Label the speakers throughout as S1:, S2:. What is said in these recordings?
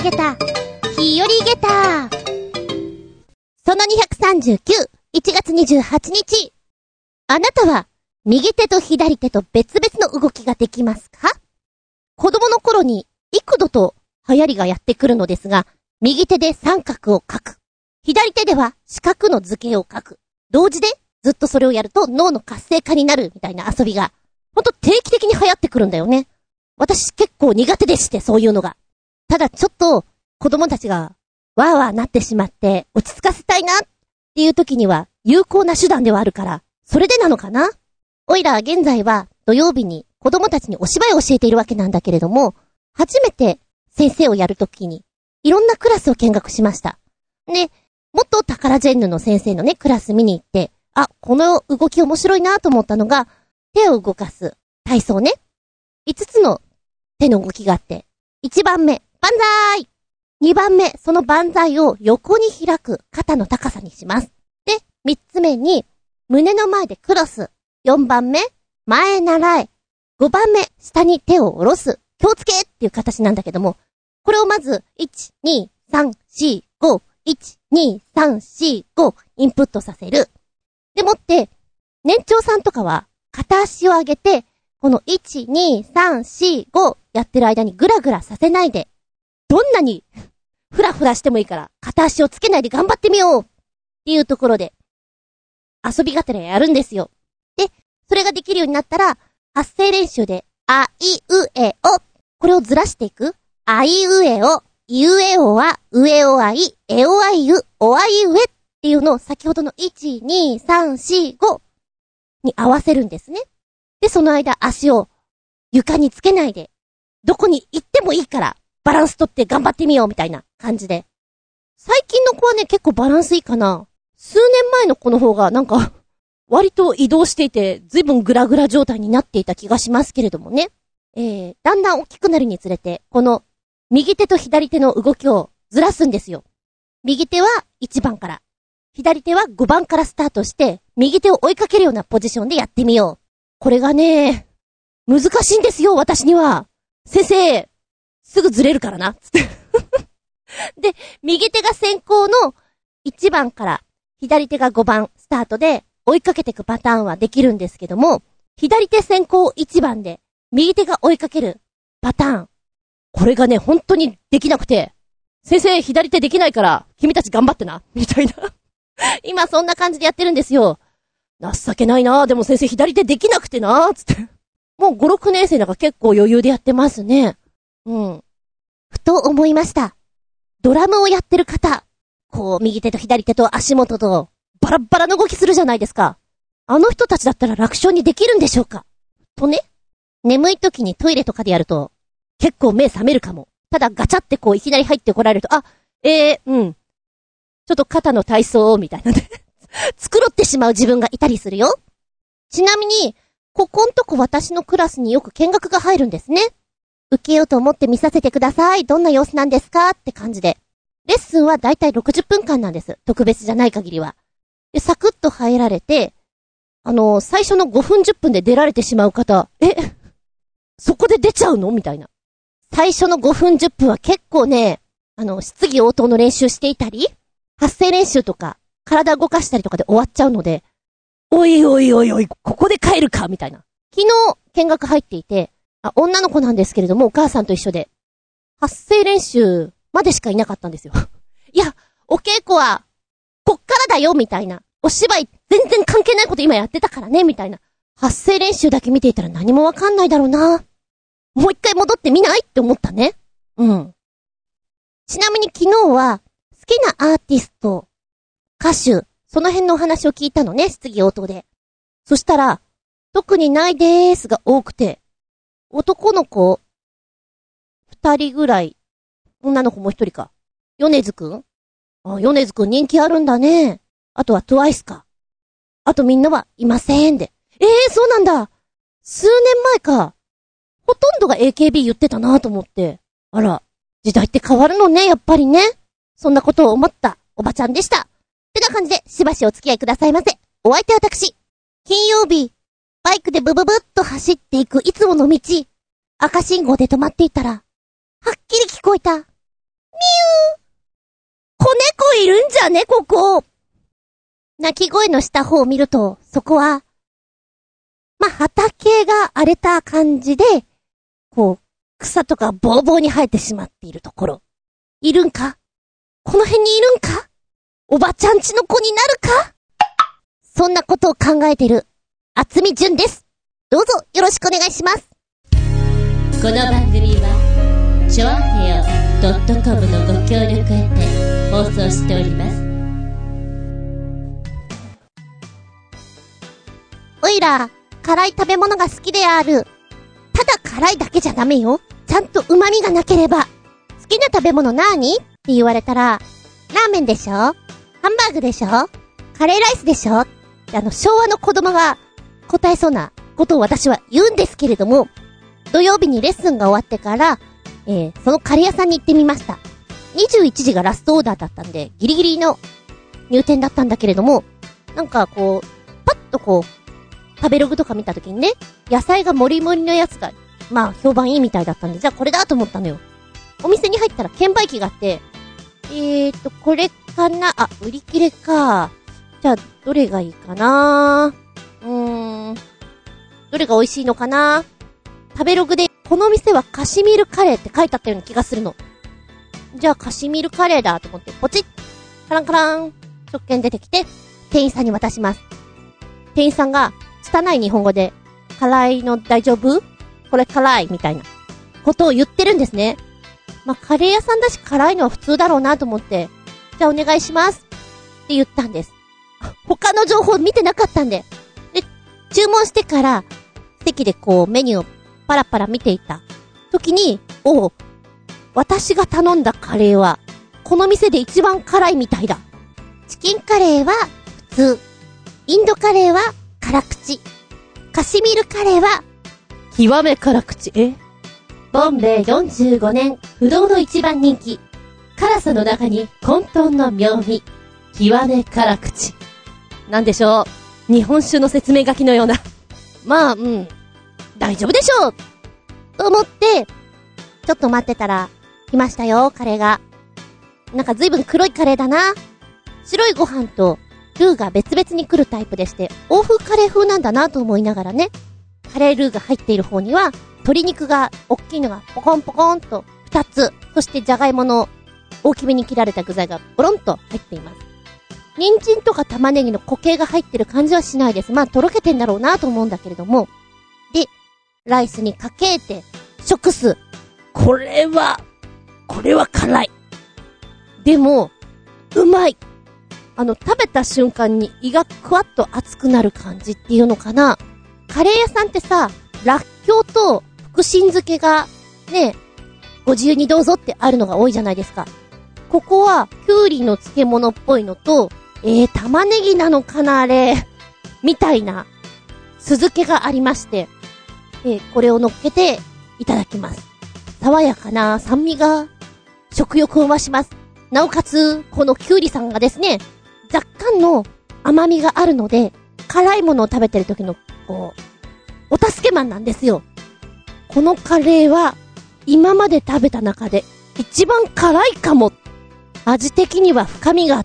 S1: げた、日和げた。その239、1月28日。あなたは、右手と左手と別々の動きができますか？子供の頃に、幾度と流行りがやってくるのですが、右手で三角を描く。左手では四角の図形を描く。同時で、ずっとそれをやると脳の活性化になるみたいな遊びが、ほんと定期的に流行ってくるんだよね。私結構苦手でして、そういうのが。ただちょっと、子供たちが、わーわーなってしまって、落ち着かせたいなっていう時には、有効な手段ではあるから、それでなのかな？おいら現在は土曜日に子供たちにお芝居を教えているわけなんだけれども、初めて先生をやるときに、いろんなクラスを見学しました。で、元タカラジェンヌの先生のね、クラス見に行って、あ、この動き面白いなと思ったのが、手を動かす体操ね。5つの手の動きがあって、1番目、万歳！ 2 番目、その万歳を横に開く肩の高さにします。で、3つ目に、胸の前でクロス。4番目、前習え。5番目、下に手を下ろす。気をつけっていう形なんだけども、これをまず、1、2、3、4、5、1、2、3、4、5、インプットさせる。でもって、年長さんとかは、片足を上げて、この1、2、3、4、5やってる間にグラグラさせないで、どんなにフラフラしてもいいから、片足をつけないで頑張ってみようっていうところで、遊びがてらやるんですよ。で、それができるようになったら、発声練習で、あいうえお。これをずらしていく。あいうえお、いうえおは、うえおあい、えおあいう、おあいうえっていうのを先ほどの1、2、3、4、5に合わせるんですね。で、その間足を床につけないで、どこに行ってもいいから、バランス取って頑張ってみようみたいな感じで。最近の子はね、結構バランスいいかな。数年前の子の方がなんか、割と移動していて、ずいぶんグラグラ状態になっていた気がしますけれどもね。だんだん大きくなるにつれて、この右手と左手の動きをずらすんですよ。右手は1番から、左手は5番からスタートして、右手を追いかけるようなポジションでやってみよう。これがね、難しいんですよ、私には。先生、すぐずれるからな、つって。で、右手が先行の1番から、左手が5番スタートで、追いかけていくパターンはできるんですけども、左手先行1番で、右手が追いかけるパターン。これがね、本当にできなくて、先生、左手できないから、君たち頑張ってな、みたいな。今そんな感じでやってるんですよ。情けないな。でも先生左手できなくてな、つって。もう5、6年生なんか結構余裕でやってますね。うん。ふと思いました。ドラムをやってる方、こう右手と左手と足元とバラッバラの動きするじゃないですか。あの人たちだったら楽勝にできるんでしょうかとね。眠い時にトイレとかでやると結構目覚めるかも。ただガチャってこういきなり入ってこられると、うん。ちょっと肩の体操をみたいなね。繕ってしまう自分がいたりするよ。ちなみに、ここんとこ私のクラスによく見学が入るんですね。受けようと思って見させてください。どんな様子なんですかって感じで。レッスンはだいたい60分間なんです。特別じゃない限りは。で、サクッと入られて、最初の5分10分で出られてしまう方、そこで出ちゃうのみたいな。最初の5分10分は結構ね、質疑応答の練習していたり、発声練習とか、体動かしたりとかで終わっちゃうので、おいおいおいおい、ここで帰るかみたいな。昨日、見学入っていて、女の子なんですけれども、お母さんと一緒で、発声練習までしかいなかったんですよ。いや、お稽古は、こっからだよみたいな。お芝居、全然関係ないこと今やってたからねみたいな。発声練習だけ見ていたら何もわかんないだろうな。もう一回戻ってみないって思ったね。うん。ちなみに昨日は、好きなアーティスト、歌手、その辺のお話を聞いたのね、質疑応答で。そしたら、特にないでーすが多くて、男の子、2人ぐらい、女の子も1人か。米津くん？米津くん人気あるんだね。あとはトゥワイスか。あとみんなはいませんで。そうなんだ。数年前か。ほとんどが AKB 言ってたなと思って。あら、時代って変わるのね、やっぱりね。そんなことを思ったおばちゃんでした。ってな感じで、しばしお付き合いくださいませ。お相手は私。金曜日、バイクでブブブッと走っていくいつもの道。赤信号で止まっていたら、はっきり聞こえた。 子猫いるんじゃね、ここ。鳴き声のした方を見ると、そこは、畑が荒れた感じで、草とかボーボーに生えてしまっているところ。いるんか？この辺にいるんか？おばちゃんちの子になるか？そんなことを考えている、厚み純です。どうぞよろしくお願いします。
S2: この番組は、ちょあへよ .com のご協力へて放送しております。
S1: おいら、辛い食べ物が好きである。ただ辛いだけじゃダメよ。ちゃんと旨味がなければ。好きな食べ物なーに？って言われたら、ラーメンでしょ？ハンバーグでしょ？カレーライスでしょ？って昭和の子供が答えそうなことを私は言うんですけれども、土曜日にレッスンが終わってから、そのカレー屋さんに行ってみました。21時がラストオーダーだったんで、ギリギリの入店だったんだけれども、なんかパッと食べログとか見たときにね、野菜がもりもりのやつが、評判いいみたいだったんで、じゃあこれだと思ったのよ。お店に入ったら券売機があって、これかな？売り切れか。じゃあ、どれがいいかな？どれが美味しいのかな？食べログで、この店はカシミールカレーって書いてあったような気がするの。じゃあカシミールカレーだと思って、ポチッカランカラン食券出てきて、店員さんに渡します。店員さんが、拙い日本語で、辛いの大丈夫？これ辛いみたいなことを言ってるんですね。カレー屋さんだし辛いのは普通だろうなと思って、じゃあお願いしますって言ったんです。他の情報見てなかったんで。で、注文してから、席でメニューをパラパラ見ていた時に、私が頼んだカレーは、この店で一番辛いみたいだ。チキンカレーは普通。インドカレーは辛口。カシミールカレーは極め辛口。
S2: ボンベイ45年不動の一番人気。辛さの中に混沌の妙味。極め辛口。
S1: なんでしょう。日本酒の説明書きのような。大丈夫でしょうと思って、ちょっと待ってたら、来ましたよ、カレーが。なんか随分黒いカレーだな。白いご飯とルーが別々に来るタイプでして、欧風カレー風なんだなと思いながらね。カレールーが入っている方には、鶏肉が、大きいのがポコンポコンと2つ、そしてじゃがいもの大きめに切られた具材がボロンと入っています。人参とか玉ねぎの固形が入ってる感じはしないです。とろけてんだろうなと思うんだけれども。で、ライスにかけて、食す。これは辛い。でも、うまい。食べた瞬間に胃がクワッと熱くなる感じっていうのかな。カレー屋さんってさ、らっきょうと福神漬けが、ね、ご自由にどうぞってあるのが多いじゃないですか。ここは、きゅうりの漬物っぽいのと、玉ねぎなのかなあれ。みたいな、酢漬けがありまして、これを乗っけていただきます。爽やかな酸味が食欲を増します。なおかつ、このきゅうりさんがですね、若干の甘みがあるので、辛いものを食べてる時の、お助けマンなんですよ。このカレーは、今まで食べた中で、一番辛いかも。味的には深みがあって、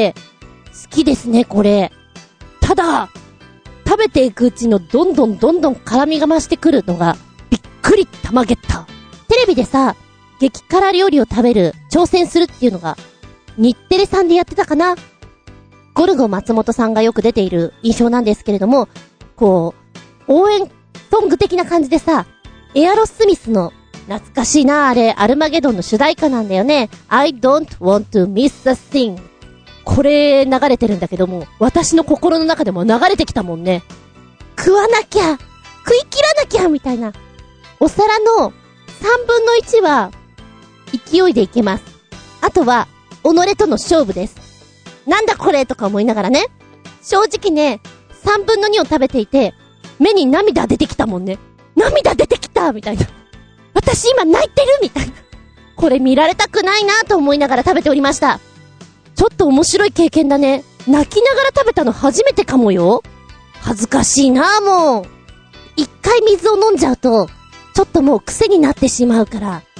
S1: 好きですね、これ。ただ、食べていくうちのどんどん辛みが増してくるのが、びっくりたまげった。テレビでさ、激辛料理を食べる、挑戦するっていうのが、日テレさんでやってたかな。ゴルゴ松本さんがよく出ている印象なんですけれども、応援ソング的な感じでさ、エアロスミスの懐かしいなあれ、アルマゲドンの主題歌なんだよね。I don't want to miss a thing。これ流れてるんだけども、私の心の中でも流れてきたもんね。食わなきゃ、食い切らなきゃみたいな。お皿の3分の1は勢いでいけます。あとは己との勝負です。なんだこれとか思いながらね。正直ね、3分の2を食べていて、目に涙出てきたもんね。涙出てきたみたいな。私今泣いてるみたいな。これ見られたくないなと思いながら食べておりました。ちょっと面白い経験だね。泣きながら食べたの初めてかもよ。恥ずかしいなもう。一回水を飲んじゃうと、ちょっともう癖になってしまうから、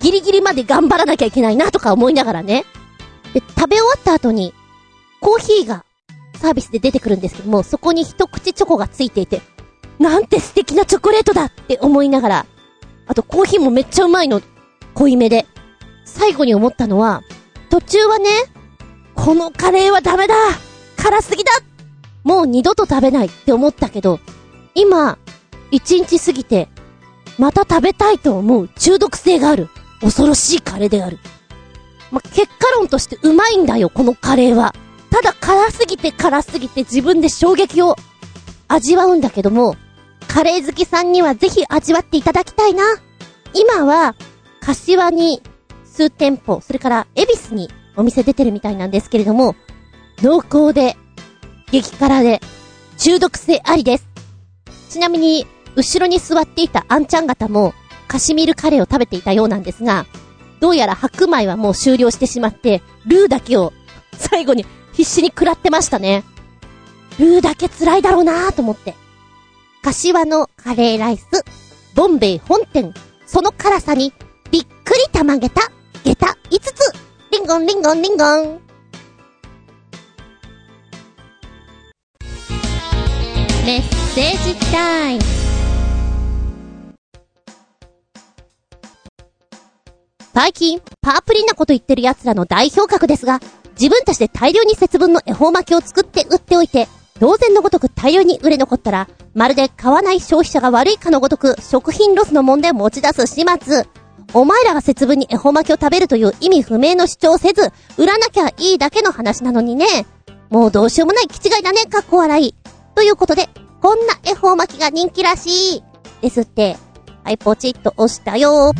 S1: ギリギリまで頑張らなきゃいけないなとか思いながらね。で、食べ終わった後に、コーヒーがサービスで出てくるんですけども、そこに一口チョコがついていて、なんて素敵なチョコレートだって思いながら、あとコーヒーもめっちゃうまいの、濃いめで。最後に思ったのは、途中はね、このカレーはダメだ、辛すぎだ、もう二度と食べないって思ったけど、今、一日過ぎて、また食べたいと思う中毒性がある、恐ろしいカレーである。結果論としてうまいんだよ、このカレーは。ただ辛すぎて自分で衝撃を味わうんだけども、カレー好きさんにはぜひ味わっていただきたいな。今は、柏に数店舗、それから恵比寿にお店出てるみたいなんですけれども、濃厚で、激辛で、中毒性ありです。ちなみに、後ろに座っていたあんちゃん方も、カシミールカレーを食べていたようなんですが、どうやら白米はもう終了してしまって、ルーだけを最後に必死に食らってましたね。ルーだけ辛いだろうなぁと思って。柏のカレーライス、ボンベイ本店、その辛さにびっくりたまげた、下駄5つ。リンゴンリンゴンリンゴン。メッセージタイム。最近、パープリンなこと言ってる奴らの代表格ですが、自分たちで大量に節分の恵方巻きを作って売っておいて、当然のごとく大量に売れ残ったら、まるで買わない消費者が悪いかのごとく、食品ロスの問題を持ち出す始末。お前らが節分に恵方巻きを食べるという意味不明の主張をせず、売らなきゃいいだけの話なのにね。もうどうしようもない気違いだね、かっこ笑い。ということで、こんな恵方巻きが人気らしい。ですって。はい、ポチッと押したよ。はい、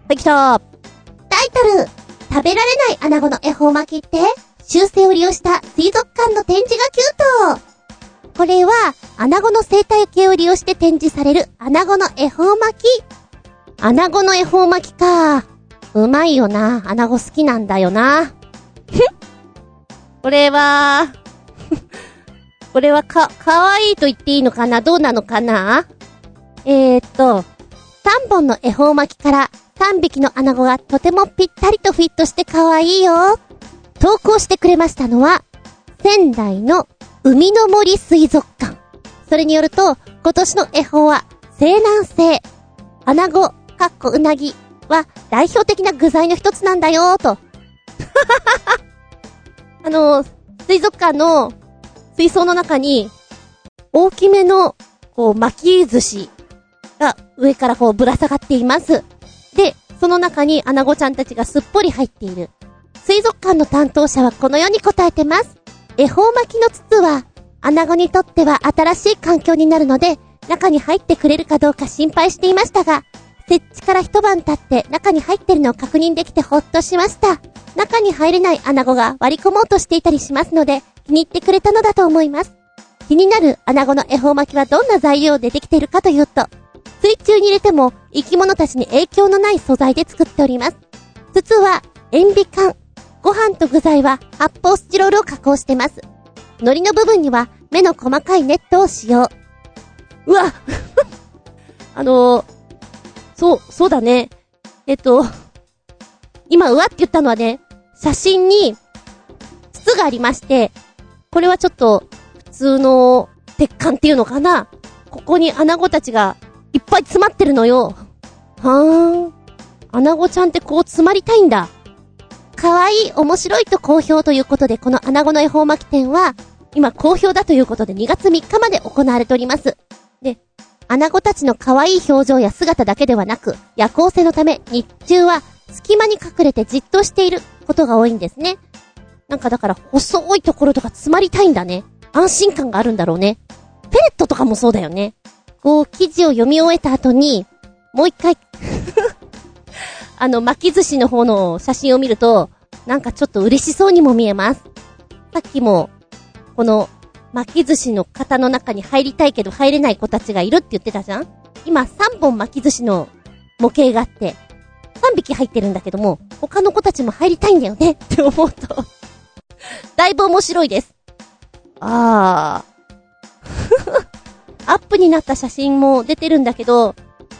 S1: 来た。タイトル、食べられない穴子の恵方巻きって、習性を利用した水族館の展示がキュート。これは、穴子の生態系を利用して展示される穴子の恵方巻き。穴子の恵方巻きか。うまいよな。穴子好きなんだよな。これはかわいいと言っていいのかな、どうなのかな。3本の恵方巻きから3匹の穴子がとてもぴったりとフィットしてかわいいよ。投稿してくれましたのは、仙台の海の森水族館。それによると、今年の恵方は、西南西、穴子、うなぎは代表的な具材の一つなんだよーと。水族館の水槽の中に、大きめの、巻き寿司が上からぶら下がっています。で、その中に穴子ちゃんたちがすっぽり入っている。水族館の担当者はこのように答えてます。恵方巻きの筒は、穴子にとっては新しい環境になるので、中に入ってくれるかどうか心配していましたが、設置から一晩経って中に入ってるのを確認できてほっとしました。中に入れない穴子が割り込もうとしていたりしますので、気に入ってくれたのだと思います。気になる穴子の恵方巻きはどんな材料でできているかというと、水中に入れても生き物たちに影響のない素材で作っております。筒は塩ビ管、ご飯と具材は発泡スチロールを加工してます。海苔の部分には目の細かいネットを使用。うわそうだね。今うわって言ったのはね、写真に筒がありまして、これはちょっと普通の鉄管っていうのかな。ここに穴子たちがいっぱい詰まってるのよ。穴子ちゃんって詰まりたいんだ。かわいい、面白いと好評ということで、この穴子の恵方巻き店は今好評だということで2月3日まで行われております。で、穴子たちの可愛い表情や姿だけではなく、夜行性のため日中は隙間に隠れてじっとしていることが多いんですね。だから細いところとか詰まりたいんだね。安心感があるんだろうね。ペレットとかもそうだよね。記事を読み終えた後に、もう一回巻き寿司の方の写真を見ると、ちょっと嬉しそうにも見えます。さっきも、この巻き寿司の型の中に入りたいけど入れない子たちがいるって言ってたじゃん。今3本巻き寿司の模型があって、3匹入ってるんだけども、他の子たちも入りたいんだよねって思うと、だいぶ面白いです。アップになった写真も出てるんだけど、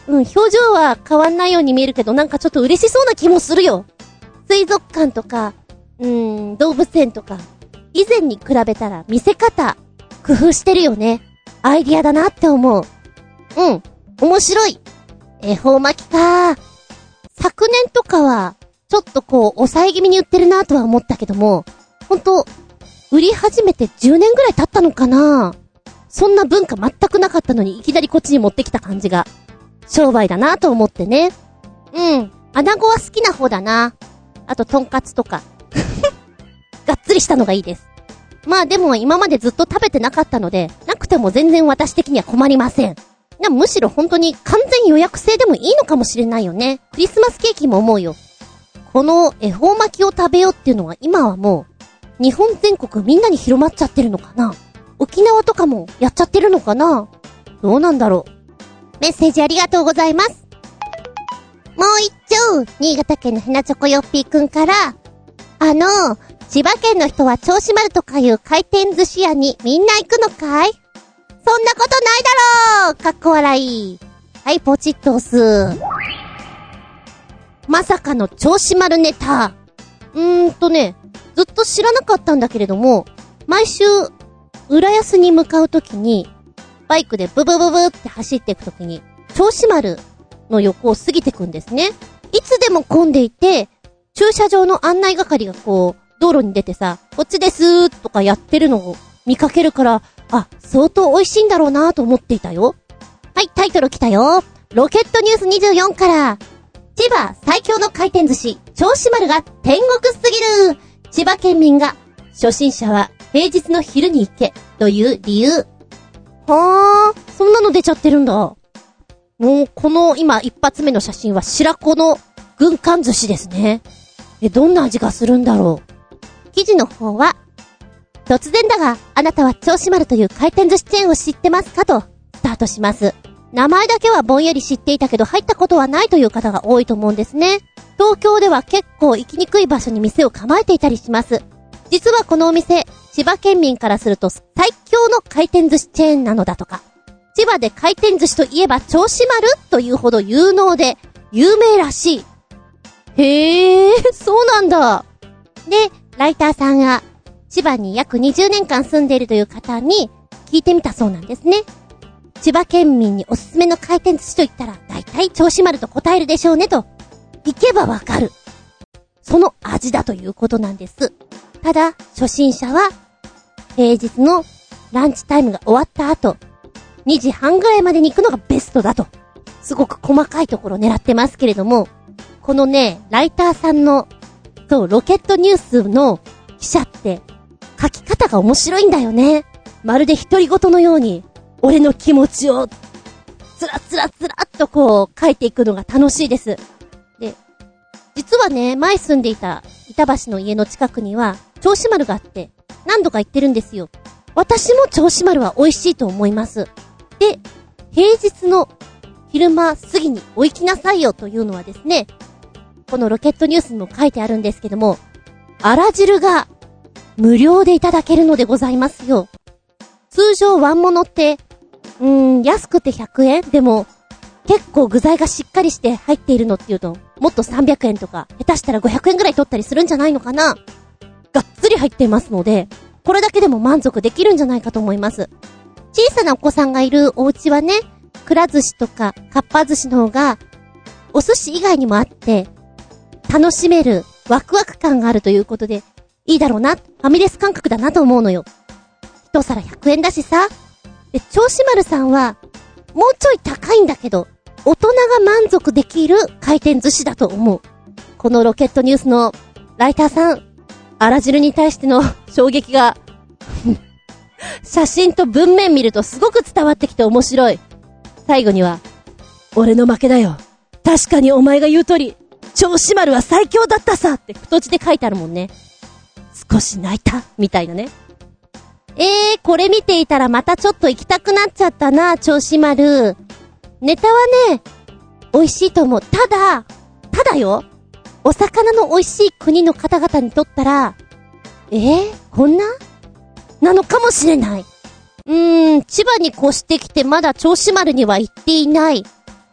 S1: 表情は変わんないように見えるけど、なんかちょっと嬉しそうな気もするよ。水族館とか、動物園とか、以前に比べたら見せ方、工夫してるよね。アイディアだなって思う。面白い。恵方巻きか。昨年とかは、ちょっと抑え気味に売ってるなとは思ったけども、ほんと、売り始めて10年ぐらい経ったのかな。そんな文化全くなかったのにいきなりこっちに持ってきた感じが、商売だなと思ってね。穴子は好きな方だな。あと、とんかつとか。がっつりしたのがいいです。まあでも今までずっと食べてなかったので、なくても全然私的には困りません。むしろ本当に完全予約制でもいいのかもしれないよね。クリスマスケーキも思うよ。この恵方巻きを食べようっていうのは今はもう、日本全国みんなに広まっちゃってるのかな。沖縄とかもやっちゃってるのかな。どうなんだろう。メッセージありがとうございます。もう一丁、新潟県のひなチョコヨッピーくんから、千葉県の人は銚子丸とかいう回転寿司屋にみんな行くのかい？そんなことないだろう！かっこ笑い。はい、ポチッと押す。まさかの銚子丸ネタ。ずっと知らなかったんだけれども、毎週、浦安に向かうときに、バイクでブブブブって走っていくときに、銚子丸の横を過ぎてくんですね。いつでも混んでいて、駐車場の案内係が道路に出てさ、こっちですーとかやってるのを見かけるから、相当美味しいんだろうなと思っていたよ。はい、タイトル来たよ。ロケットニュース24から、千葉最強の回転寿司、銚子丸が天国すぎる。千葉県民が、初心者は平日の昼に行け、という理由。はぁ、そんなの出ちゃってるんだ。もう、この今一発目の写真は白子の軍艦寿司ですね。どんな味がするんだろう。記事の方は、突然だが、あなたは銚子丸という回転寿司チェーンを知ってますかと、スタートします。名前だけはぼんやり知っていたけど入ったことはないという方が多いと思うんですね。東京では結構行きにくい場所に店を構えていたりします。実はこのお店、千葉県民からすると最強の回転寿司チェーンなのだとか。千葉で回転寿司といえば銚子丸というほど有能で有名らしい。へー、そうなんだ。で、ライターさんが千葉に約20年間住んでいるという方に聞いてみたそうなんですね。千葉県民におすすめの回転寿司と言ったら大体銚子丸と答えるでしょうねと。行けばわかる。その味だということなんです。ただ、初心者は平日のランチタイムが終わった後、2時半ぐらいまでに行くのがベストだと。すごく細かいところを狙ってますけれども、このね、ライターさんの、ロケットニュースの記者って書き方が面白いんだよね。まるで独り言のように、俺の気持ちをつらつらつらっと書いていくのが楽しいです。で、実はね、前住んでいた板橋の家の近くには銚子丸があって何度か行ってるんですよ。私も銚子丸は美味しいと思います。で、平日の昼間過ぎにお行きなさいよというのはですね、このロケットニュースにも書いてあるんですけども、あら汁が無料でいただけるのでございますよ。通常ワンモノって安くて100円でも結構具材がしっかりして入っているのっていうともっと300円とか下手したら500円ぐらい取ったりするんじゃないのかな。がっつり入っていますので、これだけでも満足できるんじゃないかと思います。小さなお子さんがいるお家はね、くら寿司とかかっぱ寿司の方がお寿司以外にもあって楽しめるワクワク感があるということでいいだろうな、ファミレス感覚だなと思うのよ。一皿100円だしさ。で、銚子丸さんはもうちょい高いんだけど大人が満足できる回転寿司だと思う。このロケットニュースのライターさん、あら汁に対しての衝撃が写真と文面見るとすごく伝わってきて面白い。最後には、俺の負けだよ。確かにお前が言う通り、銚子丸は最強だったさって太字で書いてあるもんね。少し泣いたみたいなね。これ見ていたらまたちょっと行きたくなっちゃったな、銚子丸。ネタはね、美味しいと思う。ただよ、お魚の美味しい国の方々にとったら、こんなのかもしれない。千葉に越してきてまだ銚子丸には行っていない。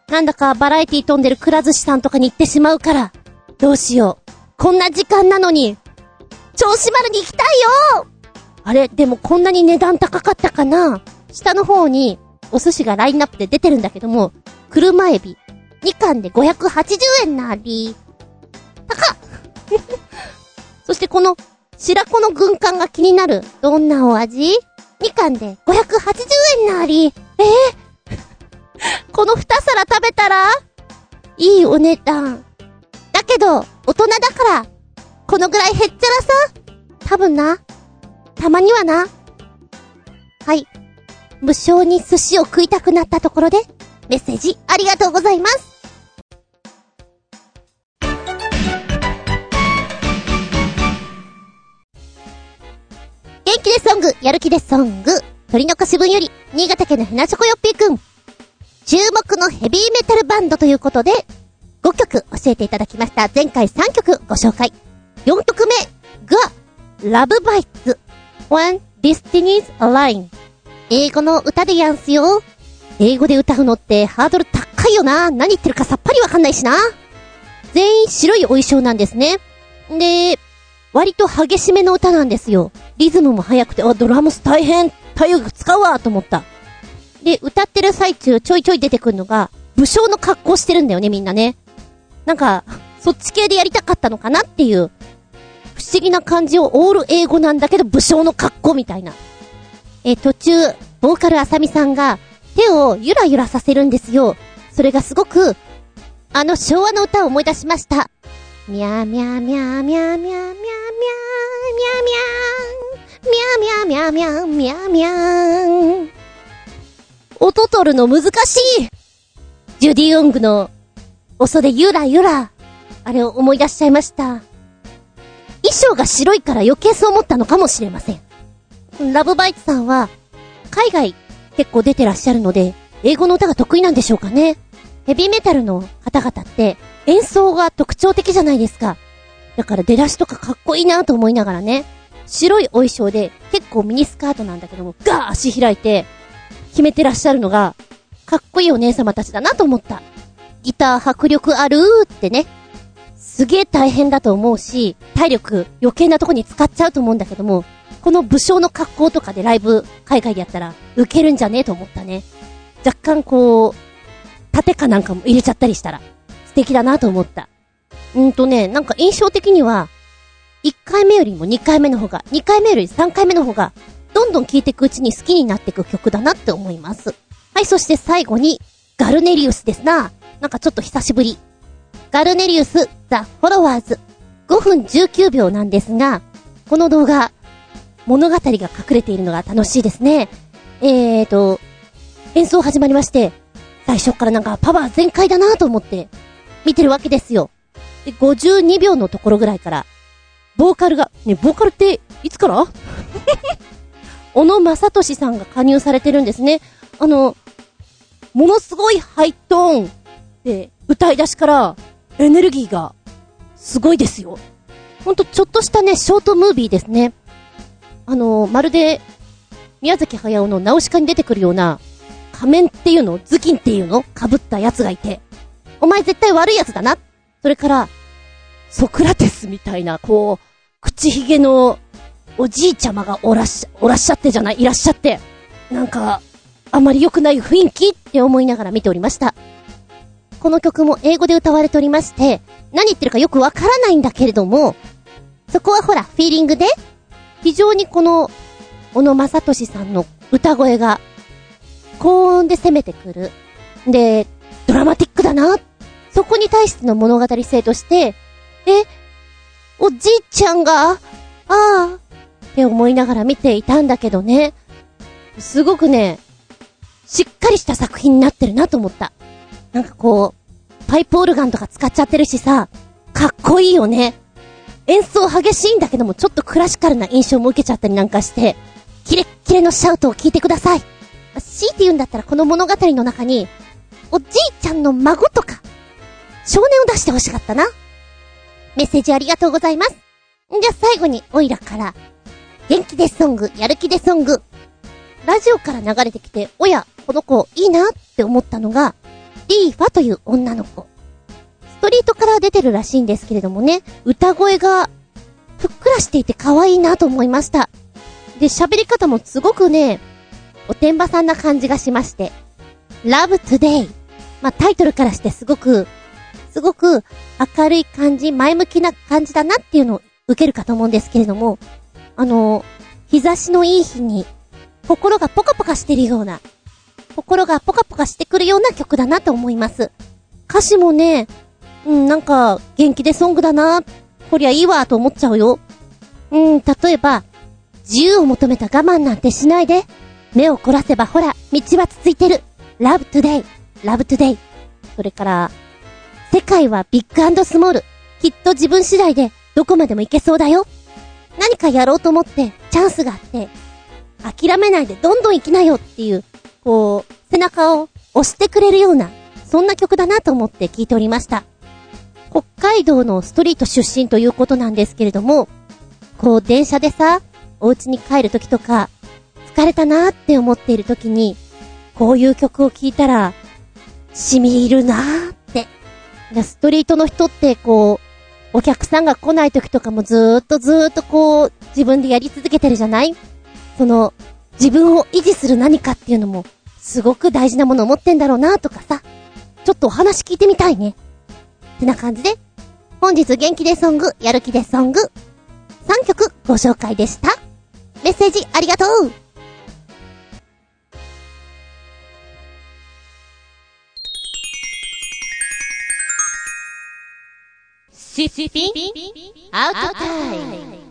S1: なんだかバラエティ飛んでるくら寿司さんとかに行ってしまうから、どうしよう。こんな時間なのに、銚子丸に行きたいよ。あれ、でもこんなに値段高かったかな。下の方にお寿司がラインナップで出てるんだけども、車エビ2貫で580円なり。高っそしてこの白子の軍艦が気になる。どんなお味？ 2 貫で580円なり。この2皿食べたらいいお値段。だけど大人だからこのぐらいへっちゃらさ。多分な。たまにはな。はい。無性に寿司を食いたくなったところでメッセージありがとうございます。元気でソング、やる気でソング。鳥の子しぶんより新潟県のヘナチョコヨッピーくん。注目のヘビーメタルバンドということで5曲教えていただきました。前回3曲ご紹介。4曲目がラブバイツ When Destiny's Align。 英語の歌でやんすよ。英語で歌うのってハードル高いよな。何言ってるかさっぱりわかんないしな。全員白いお衣装なんですね。で、割と激しめの歌なんですよ。リズムも速くて、ドラムス大変、体力使うわと思った。で、歌ってる最中ちょいちょい出てくるのが武将の格好してるんだよね、みんなね。なんかそっち系でやりたかったのかなっていう不思議な感じを、オール英語なんだけど武将の格好みたいな。途中ボーカルあさみさんが手をゆらゆらさせるんですよ。それがすごく昭和の歌を思い出しました。ミャーミャーミャーミャーミャーミャーミャーミャーミャーミャーミャーミャーミャーミャー。音取るの難しい。ジュディ・オングのお袖ゆらゆら、あれを思い出しちゃいました。衣装が白いから余計そう思ったのかもしれません。ラブバイツさんは海外結構出てらっしゃるので英語の歌が得意なんでしょうかね。ヘビーメタルの方々って演奏が特徴的じゃないですか。だから出だしとかかっこいいなと思いながらね、白いお衣装で結構ミニスカートなんだけどもガー足開いて決めてらっしゃるのがかっこいいお姉様たちだなと思った。ギター迫力あるってね、すげえ大変だと思うし、体力余計なとこに使っちゃうと思うんだけども、この武将の格好とかでライブ海外でやったらウケるんじゃねえと思ったね。若干こう盾かなんかも入れちゃったりしたら素敵だなと思った。なんか印象的には1回目よりも2回目の方が、2回目より3回目の方がどんどん聴いていくうちに好きになっていく曲だなって思います。はい、そして最後にガルネリウスですな。なんかちょっと久しぶり。ガルネリウスザ・フォロワーズ5分19秒なんですが、この動画物語が隠れているのが楽しいですね。演奏始まりまして、最初からなんかパワー全開だなと思って見てるわけですよ。で、52秒のところぐらいからボーカルがね、ボーカルっていつから小野正俊さんが加入されてるんですね。ものすごいハイトーンで歌い出しからエネルギーがすごいですよ。ほんとちょっとしたねショートムービーですね。まるで宮崎駿のナウシカに出てくるような仮面っていうの、頭巾っていうの被ったやつがいて、お前絶対悪いやつだな。それからソクラテスみたいなこう口ひげのおじいちゃまがいらっしゃって、なんかあまり良くない雰囲気って思いながら見ておりました。この曲も英語で歌われておりまして、何言ってるかよくわからないんだけれども、そこはほらフィーリングで非常にこの小野正俊さんの歌声が高音で攻めてくる。で、ドラマティックだな。そこに対しての物語性として、おじいちゃんがって思いながら見ていたんだけどね、すごくね、しっかりした作品になってるなと思った。なんかこうパイプオルガンとか使っちゃってるしさ、かっこいいよね。演奏激しいんだけどもちょっとクラシカルな印象も受けちゃったりなんかして、キレッキレのシャウトを聞いてください。強いて言うんだったらこの物語の中におじいちゃんの孫とか少年を出してほしかったな。メッセージありがとうございます。じゃあ最後にオイラから元気でソング、やる気でソング。ラジオから流れてきて、おやこの子いいなって思ったのがリーファという女の子。ストリートから出てるらしいんですけれどもね、歌声がふっくらしていて可愛いなと思いました。で、喋り方もすごくね、おてんばさんな感じがしまして。Love Today。まあ、タイトルからしてすごく明るい感じ、前向きな感じだなっていうのを受けるかと思うんですけれども、日差しのいい日に、心がポカポカしてるような、心がポカポカしてくるような曲だなと思います。歌詞もね、なんか、元気でソングだな、こりゃいいわと思っちゃうよ。例えば、自由を求めた我慢なんてしないで、目を凝らせばほら、道は続いてる。Love Today, Love Today。それから、世界はビッグ&スモール。きっと自分次第でどこまでも行けそうだよ。何かやろうと思ってチャンスがあって、諦めないでどんどん生きなよっていう、背中を押してくれるような、そんな曲だなと思って聴いておりました。北海道のストリート出身ということなんですけれども、電車でさ、お家に帰るときとか、疲れたなーって思っているときに、こういう曲を聴いたら、染み入るなーって。ストリートの人ってお客さんが来ないときとかもずーっと自分でやり続けてるじゃない？自分を維持する何かっていうのも、すごく大事なものを持ってんだろうなとかさ、ちょっとお話聞いてみたいね。ってな感じで、本日元気でソング、やる気でソング、3曲ご紹介でした。メッセージありがとう。
S2: シスピンアウトタイム。
S1: 今日の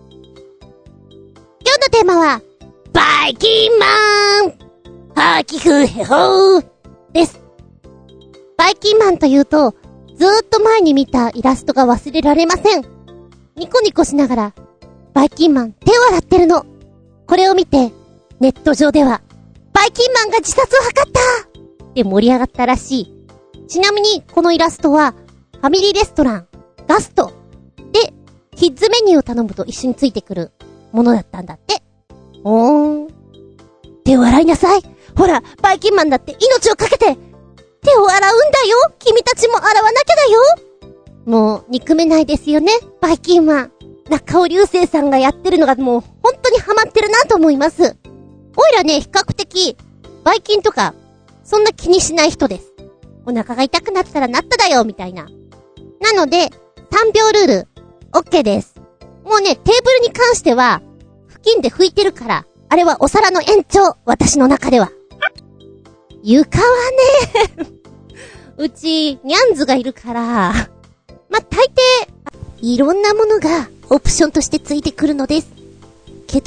S1: テーマは、バイキンマンハキフヘホーです。バイキンマンというと、ずーっと前に見たイラストが忘れられません。ニコニコしながら、バイキンマン手を洗ってるの。これを見て、ネット上では、バイキンマンが自殺を図ったって盛り上がったらしい。ちなみに、このイラストは、ファミリーレストラン、ガストで、キッズメニューを頼むと一緒についてくるものだったんだって。手を洗いなさい。ほら、バイキンマンだって命をかけて、手を洗うんだよ。君たちも洗わなきゃだよ。もう、憎めないですよね、バイキンマン。中尾流星さんがやってるのがもう、本当にハマってるなと思います。おいらね、比較的、バイキンとか、そんな気にしない人です。お腹が痛くなったらなっただよ、みたいな。なので、3秒ルール、OK です。もうね、テーブルに関しては、布巾で拭いてるから、あれはお皿の延長、私の中では。床はね、うち、ニャンズがいるから、大抵、いろんなものが、オプションとしてついてくるのです。毛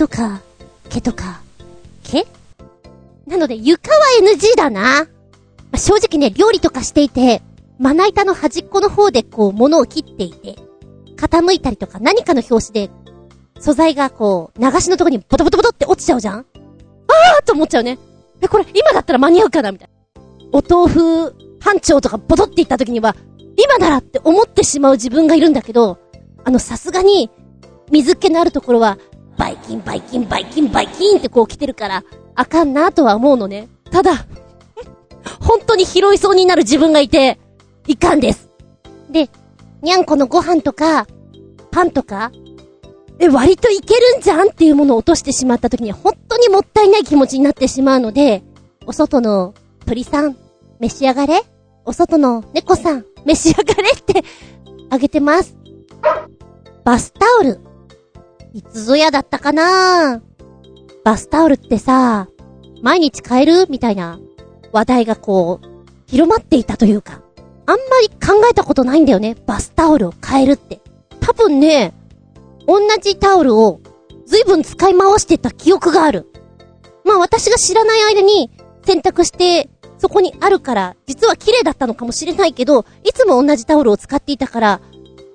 S1: なので、床は NG だな。正直ね、料理とかしていて、まな板の端っこの方で物を切っていて、傾いたりとか何かの拍子で、素材が流しのとこにボトボトボトって落ちちゃうじゃん？と思っちゃうね。これ今だったら間に合うかなみたいな。お豆腐半丁とかボトっていった時には、今ならって思ってしまう自分がいるんだけど、さすがに、水気のあるところは、バイキンって来てるから、あかんなとは思うのね。ただ、本当に拾いそうになる自分がいて、いかんです。で、にゃんこのご飯とか、パンとか、割といけるんじゃんっていうものを落としてしまった時に、本当にもったいない気持ちになってしまうので、お外の鳥さん、召し上がれ。お外の猫さん、召し上がれってあげてます。バスタオル。いつぞやだったかな？バスタオルってさ、毎日買えるみたいな話題が広まっていたというか、あんまり考えたことないんだよね。バスタオルを買えるって。多分ね、同じタオルを随分使い回してた記憶がある。私が知らない間に洗濯してそこにあるから、実は綺麗だったのかもしれないけど、いつも同じタオルを使っていたから、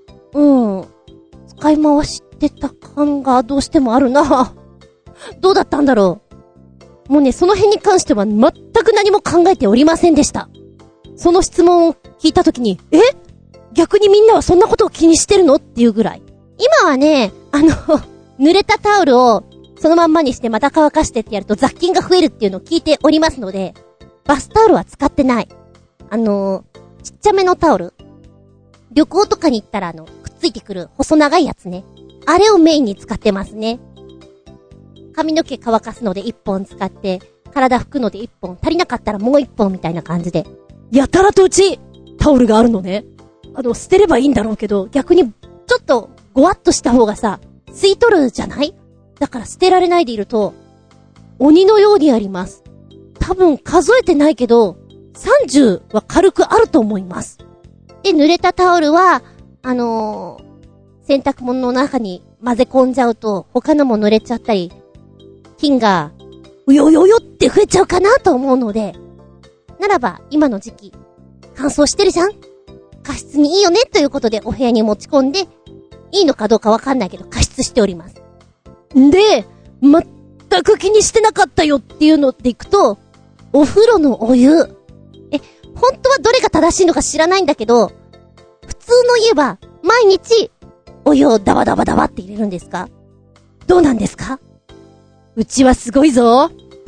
S1: 使い回してた感がどうしてもあるな。どうだったんだろう。もうね、その辺に関しては全く何も考えておりませんでした。その質問を聞いたときに、逆にみんなはそんなことを気にしてるのっていうぐらい。今はね、濡れたタオルをそのまんまにしてまた乾かしてってやると雑菌が増えるっていうのを聞いておりますので、バスタオルは使ってない。 ちっちゃめのタオル。旅行とかに行ったらくっついてくる細長いやつね。あれをメインに使ってますね。髪の毛乾かすので1本使って、体拭くので1本、足りなかったらもう1本みたいな感じで。やたらとうち、タオルがあるのね。捨てればいいんだろうけど、逆に、ちょっと、ごわっとした方がさ、吸い取るじゃない？だから捨てられないでいると、鬼のようにあります。多分数えてないけど、30は軽くあると思います。で、濡れたタオルは、洗濯物の中に混ぜ込んじゃうと、他のも濡れちゃったり、菌が、うよよよって増えちゃうかなと思うので、ならば、今の時期、乾燥してるじゃん？加湿にいいよねということでお部屋に持ち込んで、いいのかどうかわかんないけど加湿しております。で、全く気にしてなかったよっていうのでいくと、お風呂のお湯。本当はどれが正しいのか知らないんだけど、普通の家は毎日お湯をダバダバダバって入れるんですか？どうなんですか？うちはすごいぞ。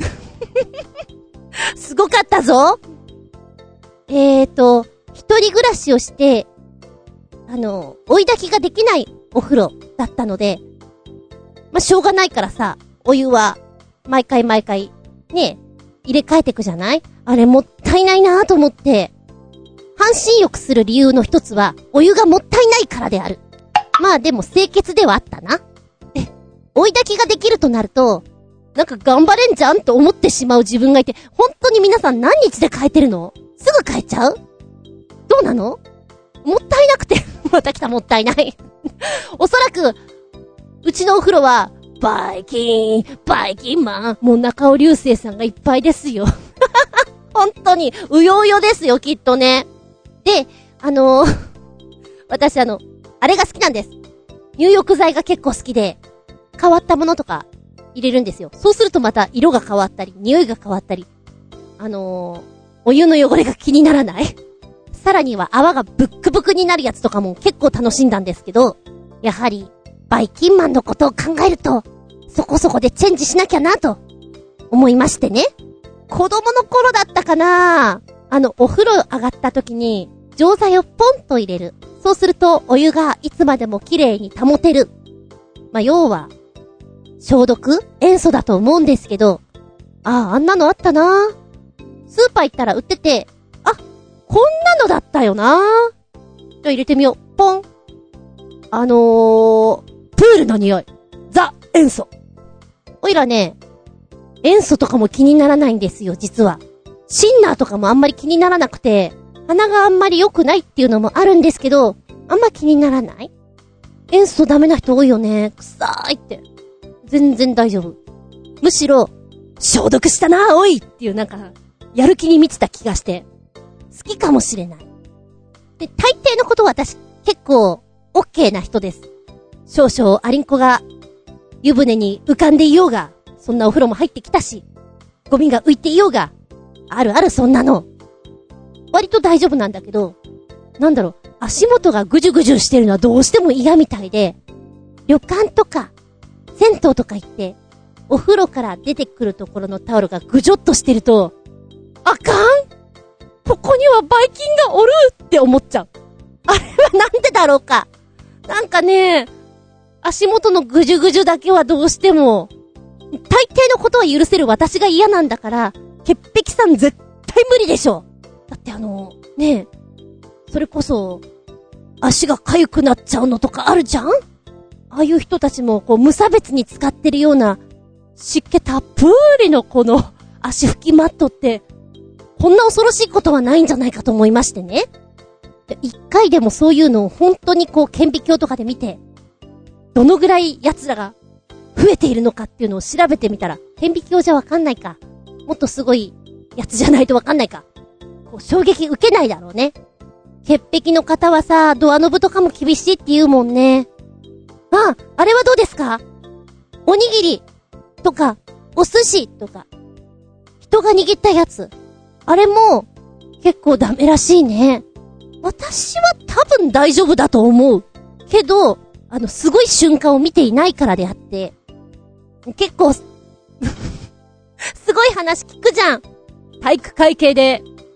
S1: すごかったぞ。一人暮らしをして、追い炊きができないお風呂だったので、しょうがないからさ、お湯は、毎回、ね、入れ替えてくじゃない？あれもったいないなぁと思って、半身浴する理由の一つは、お湯がもったいないからである。まあでも清潔ではあったな。で、追い炊きができるとなると、なんか頑張れんじゃんと思ってしまう自分がいて、本当に皆さん何日で変えてるの？すぐ変えちゃう？どうなの？もったいなくて。また来た、もったいない。おそらく、うちのお風呂は、バイキンマン、もう中尾流星さんがいっぱいですよ。本当に、うようよですよ、きっとね。で、私あれが好きなんです。入浴剤が結構好きで、変わったものとか入れるんですよ。そうするとまた色が変わったり、匂いが変わったり、お湯の汚れが気にならない。さらには泡がブックブクになるやつとかも結構楽しんだんですけど、やはり、バイキンマンのことを考えると、そこそこでチェンジしなきゃなと、思いましてね。子供の頃だったかな？お風呂上がった時に、錠剤をポンと入れる。そうすると、お湯がいつまでも綺麗に保てる。要は、消毒？塩素だと思うんですけど、あんなのあったな。スーパー行ったら売ってて、こんなのだったよな。じゃあ入れてみよう。ポン。プールの匂い。ザ・塩素。おいらね、塩素とかも気にならないんですよ、実は。シンナーとかもあんまり気にならなくて、鼻があんまり良くないっていうのもあるんですけど、あんま気にならない？塩素ダメな人多いよね。臭いって。全然大丈夫。むしろ、消毒したな、おいっていうなんか、やる気に満ちた気がして、好きかもしれない。で、大抵のことは私、結構、オッケーな人です。少々アリンコが、湯船に浮かんでいようが、そんなお風呂も入ってきたし、ゴミが浮いていようが、あるあるそんなの。割と大丈夫なんだけど、足元がぐじゅぐじゅしてるのはどうしても嫌みたいで、旅館とか、銭湯とか行って、お風呂から出てくるところのタオルがぐじょっとしてると、あかん？ここにはバイキンがおるって思っちゃう。あれはなんでだろうか。なんかね、足元のぐじゅぐじゅだけはどうしても、大抵のことは許せる私が嫌なんだから、潔癖さん絶対無理でしょ。だってねえ、それこそ、足が痒くなっちゃうのとかあるじゃん？ああいう人たちも無差別に使ってるような、湿気たっぷりのこの足拭きマットって、こんな恐ろしいことはないんじゃないかと思いましてね。一回でもそういうのを本当に顕微鏡とかで見て、どのぐらい奴らが増えているのかっていうのを調べてみたら、顕微鏡じゃわかんないか。もっとすごいやつじゃないとわかんないか。衝撃受けないだろうね。潔癖の方はさ、ドアノブとかも厳しいって言うもんね。あれはどうですか？おにぎりとか、お寿司とか、人が握ったやつ。あれも、結構ダメらしいね。私は多分大丈夫だと思う。けど、すごい瞬間を見ていないからであって、結構、すごい話聞くじゃん。体育会系で、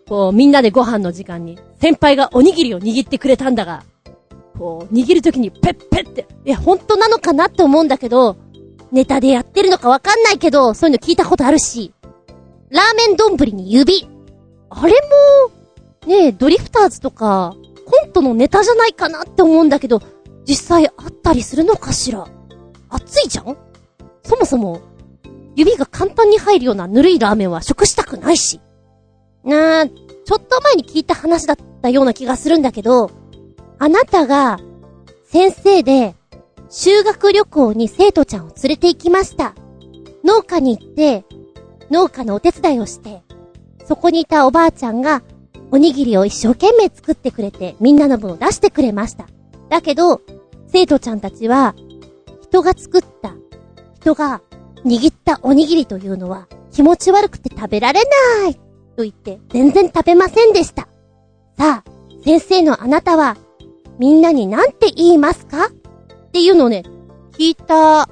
S2: こう、みんなでご飯の時間に、先輩がおにぎりを握ってくれたんだが、こう、握るときにペッペッって、本当なのかなって思うんだけど、ネタでやってるのかわかんないけど、そういうの聞いたことあるし、ラーメン丼に指。あれも、ね、ドリフターズとか、コントのネタじゃないかなって思うんだけど、実際あったりするのかしら。熱いじゃん？そもそも、指が簡単に入るようなぬるいラーメンは食したくないし。ちょっと前に聞いた話だったような気がするんだけど、あなたが、先生で、修学旅行に生徒ちゃんを連れて行きました。農家に行って、農家のお手伝いをして、そこにいたおばあちゃんが、おにぎりを一生懸命作ってくれて、みんなの分を出してくれました。だけど、生徒ちゃんたちは、人が握ったおにぎりというのは、気持ち悪くて食べられない、と言って、全然食べませんでした。さあ、先生のあなたは、みんなに何て言いますか？っていうのをね、聞いた。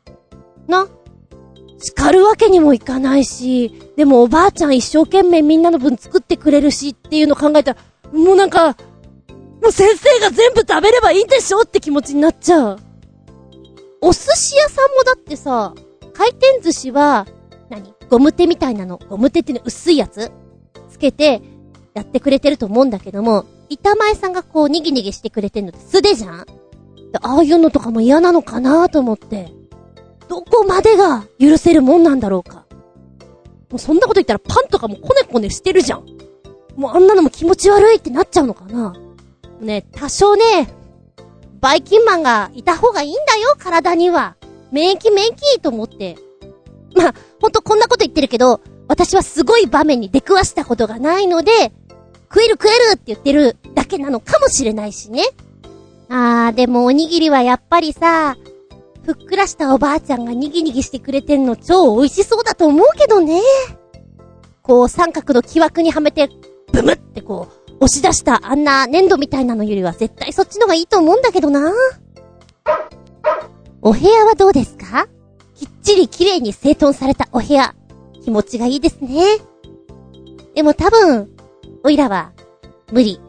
S2: 叱るわけにもいかないし、でもおばあちゃん一生懸命みんなの分作ってくれるしっていうのを考えたら、もうなんか、もう先生が全部食べればいいんでしょって気持ちになっちゃう。お寿司屋さんもだってさ、回転寿司は、ゴム手みたいなの、ゴム手ってね、薄いやつつけてやってくれてると思うんだけども、板前さんがこうにぎにぎしてくれてるのって素手じゃん？ああいうのとかも嫌なのかなと思って、どこまでが許せるもんなんだろうか。もうそんなこと言ったらパンとかもコネコネしてるじゃん。もうあんなのも気持ち悪いってなっちゃうのかな。ね、多少ね、バイキンマンがいた方がいいんだよ、体には。免疫と思って。まあ、ほんとこんなこと言ってるけど、私はすごい場面に出くわしたことがないので、食えるって言ってるだけなのかもしれないしね。でもおにぎりはやっぱりさ、ふっくらしたおばあちゃんがにぎにぎしてくれてんの超美味しそうだと思うけどね。こう三角の木枠にはめて、ブムってこう、押し出したあんな粘土みたいなのよりは絶対そっちのがいいと思うんだけどな。お部屋はどうですか？きっちり綺麗に整頓されたお部屋。気持ちがいいですね。でも多分、おいらは、無理。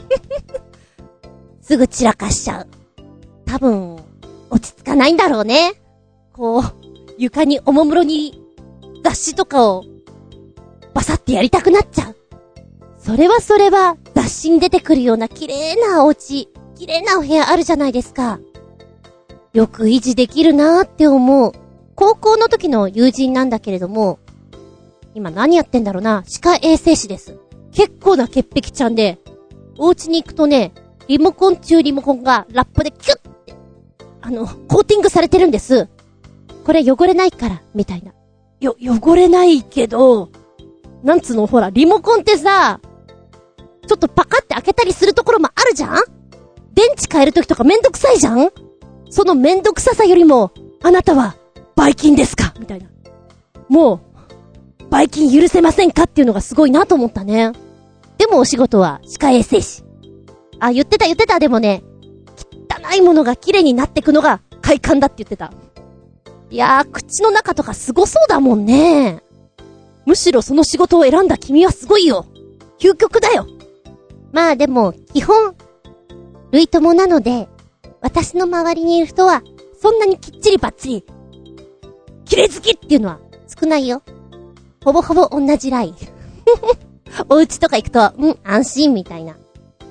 S2: すぐ散らかしちゃう。多分、落ち着かないんだろうね。こう、床におもむろに雑誌とかをバサってやりたくなっちゃう。それは雑誌に出てくるような綺麗なお家、綺麗なお部屋あるじゃないですか。よく維持できるなーって思う。高校の時の友人なんだけれども、今何やってんだろうな、歯科衛生士です。結構な潔癖ちゃんで、お家に行くとね、リモコンがラップでキュッて、コーティングされてるんです。これ汚れないから、みたいな。汚れないけど、なんつうの、ほら、リモコンってさ、ちょっとパカって開けたりするところもあるじゃん？電池変えるときとかめんどくさいじゃん？そのめんどくささよりも、あなたは、バイキンですか？みたいな。もう、バイキン許せませんかっていうのがすごいなと思ったね。でもお仕事は歯科衛生士。言ってた、でもね、汚いものが綺麗になってくのが快感だって言ってた。いやー、口の中とかすごそうだもんね。むしろその仕事を選んだ君はすごいよ。究極だよ。まあでも、基本、類友なので、私の周りにいる人は、そんなにきっちりバッチリ、綺麗好きっていうのは少ないよ。ほぼほぼ同じライン。お家とか行くと、安心みたいな。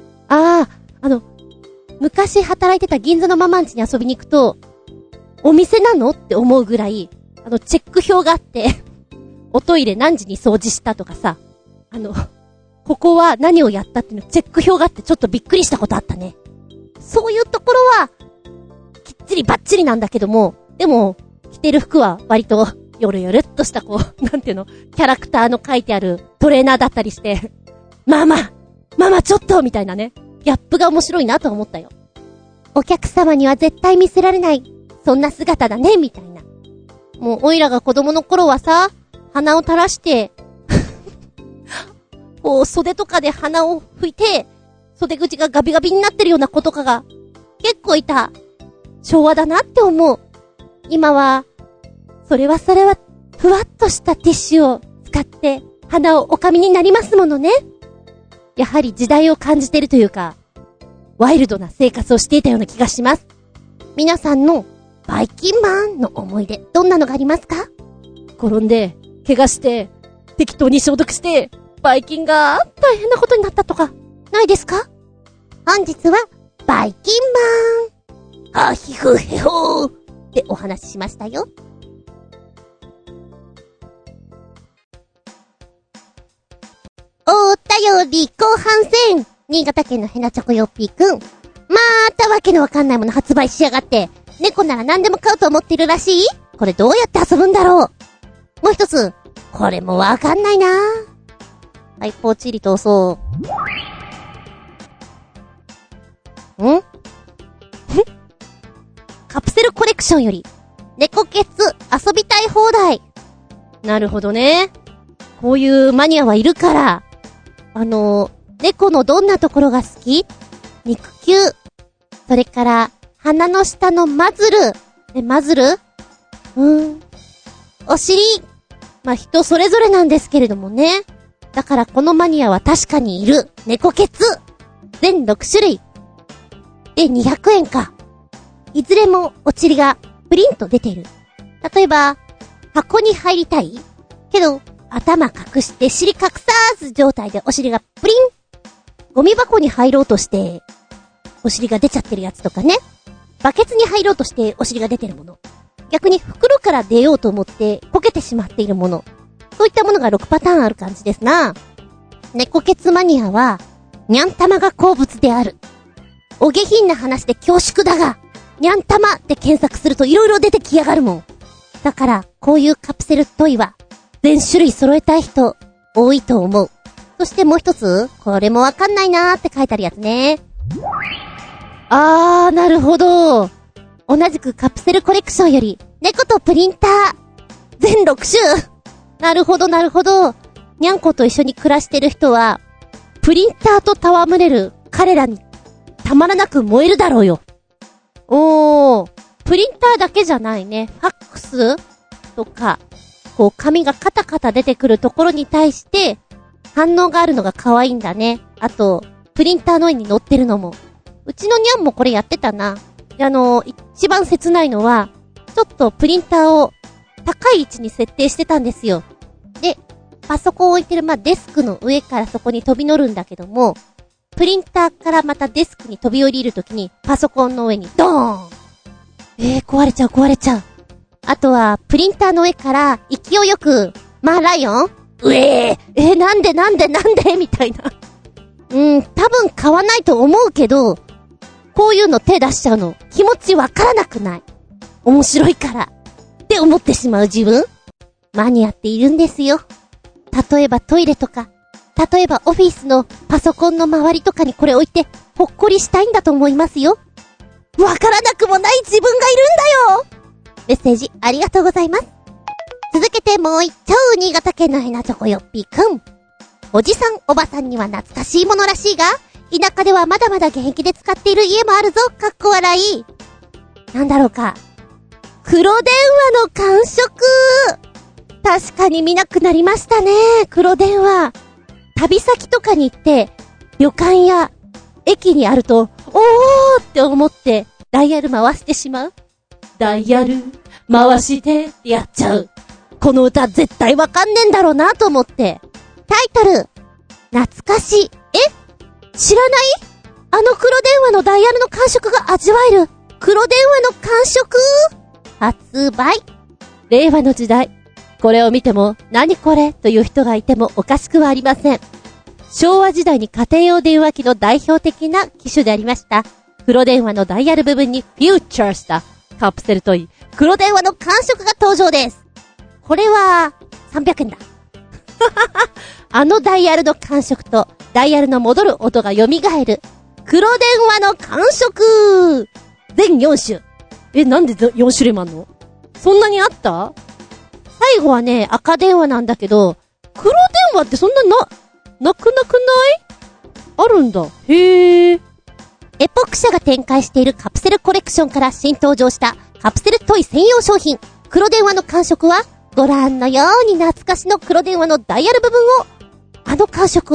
S2: 昔働いてた銀座のママン家に遊びに行くと、お店なのって思うぐらい、チェック表があって、おトイレ何時に掃除したとかさ、ここは何をやったっていうのチェック表があってちょっとびっくりしたことあったね。そういうところは、きっちりバッチリなんだけども、でも、着てる服は割と、よるよるっとしたこう、なんていうの、キャラクターの書いてあるトレーナーだったりして、ママちょっとみたいなね、ギャップが面白いなと思ったよ。お客様には絶対見せられない、そんな姿だね、みたいな。もう、おいらが子供の頃はさ、鼻を垂らして、こう、袖とかで鼻を拭いて、袖口がガビガビになってるような子とかが、結構いた。昭和だなって思う。今は、それは、ふわっとしたティッシュを使って、鼻をおかみになりますものね。 やはり時代を感じてるというか、ワイルドな生活をしていたような気がします。
S1: 皆さんのバイキンマンの思い出、どんなのがありますか？
S2: 転んで、怪我して、適当に消毒して、バイキンが大変なことになったとか、
S1: ないですか？本日は、バイキンマンあひふへほーってお話ししましたよ。お便り後半戦、新潟県のヘナチョコヨッピーくん。またわけのわかんないもの発売しやがって、猫なら何でも買うと思ってるらしい？これどうやって遊ぶんだろう？もう一つ、これもわかんないな。はい、ポーチリとそう。カプセルコレクションより、猫ケツ遊びたい放題。
S2: なるほどね。こういうマニアはいるから、猫のどんなところが好き？肉球。それから、鼻の下のマズル。マズル？お尻。まあ、人それぞれなんですけれどもね。だからこのマニアは確かにいる。猫ケツ。全6種類。で、200円か。いずれもお尻がプリンと出ている。例えば、箱に入りたい？けど、頭隠して尻隠さず状態でお尻がプリン。ゴミ箱に入ろうとして、お尻が出ちゃってるやつとかね。バケツに入ろうとしてお尻が出てるもの。逆に袋から出ようと思ってこけてしまっているもの。そういったものが6パターンある感じですな。猫ケツマニアは、ニャン玉が好物である。お下品な話で恐縮だが、ニャン玉って検索すると色々出てきやがるもん。だから、こういうカプセルトイは、全種類揃えたい人、多いと思う。そしてもう一つ、これもわかんないなーって書いてあるやつね。なるほど。同じくカプセルコレクションより、猫とプリンター。全6種。なるほどなるほど。にゃんこと一緒に暮らしてる人は、プリンターと戯れる彼らにたまらなく燃えるだろうよ。プリンターだけじゃないね。ファックスとか、こう紙がカタカタ出てくるところに対して反応があるのが可愛いんだね。あと、プリンターの上に乗ってるのも。うちのにゃんもこれやってたな。で、一番切ないのは、ちょっとプリンターを高い位置に設定してたんですよ。で、パソコンを置いてる、デスクの上からそこに飛び乗るんだけども、プリンターからまたデスクに飛び降りるときに、パソコンの上にドーン！壊れちゃう。あとは、プリンターの上から勢いよく、ライオン？なんでみたいな。多分買わないと思うけど、こういうの手出しちゃうの、気持ちわからなくない。面白いから。って思ってしまう自分？マニアっているんですよ。例えばトイレとか、例えばオフィスのパソコンの周りとかにこれ置いて、ほっこりしたいんだと思いますよ。わからなくもない自分がいるんだよ。メッセージありがとうございます。続けてもう一丁、新潟県のヘナチョコヨッピーくん。おじさんおばさんには懐かしいものらしいが、田舎ではまだまだ現役で使っている家もあるぞ、かっこ笑い。なんだろうか。黒電話の感触。確かに見なくなりましたね、黒電話。旅先とかに行って、旅館や駅にあると、おーって思って、ダイヤル回してしまう。ダイヤル回してってやっちゃう。この歌絶対わかんねえんだろうなと思って。タイトル、懐かし。知らない？あの黒電話のダイヤルの感触が味わえる黒電話の感触発売。令和の時代、これを見ても何これという人がいてもおかしくはありません。昭和時代に家庭用電話機の代表的な機種でありました黒電話のダイヤル部分にフューチャーしたカプセルトイ黒電話の感触が登場です。これは300円だ。あのダイヤルの感触とダイヤルの戻る音が蘇る黒電話の感触。全4種。なんで4種類もあんの？そんなにあった？最後はね、赤電話なんだけど、黒電話ってそんななくない？あるんだ。へー。エポック社が展開しているカプセルコレクションから新登場したカプセルトイ専用商品。黒電話の感触は、ご覧のように懐かしの黒電話のダイヤル部分を、あの感触を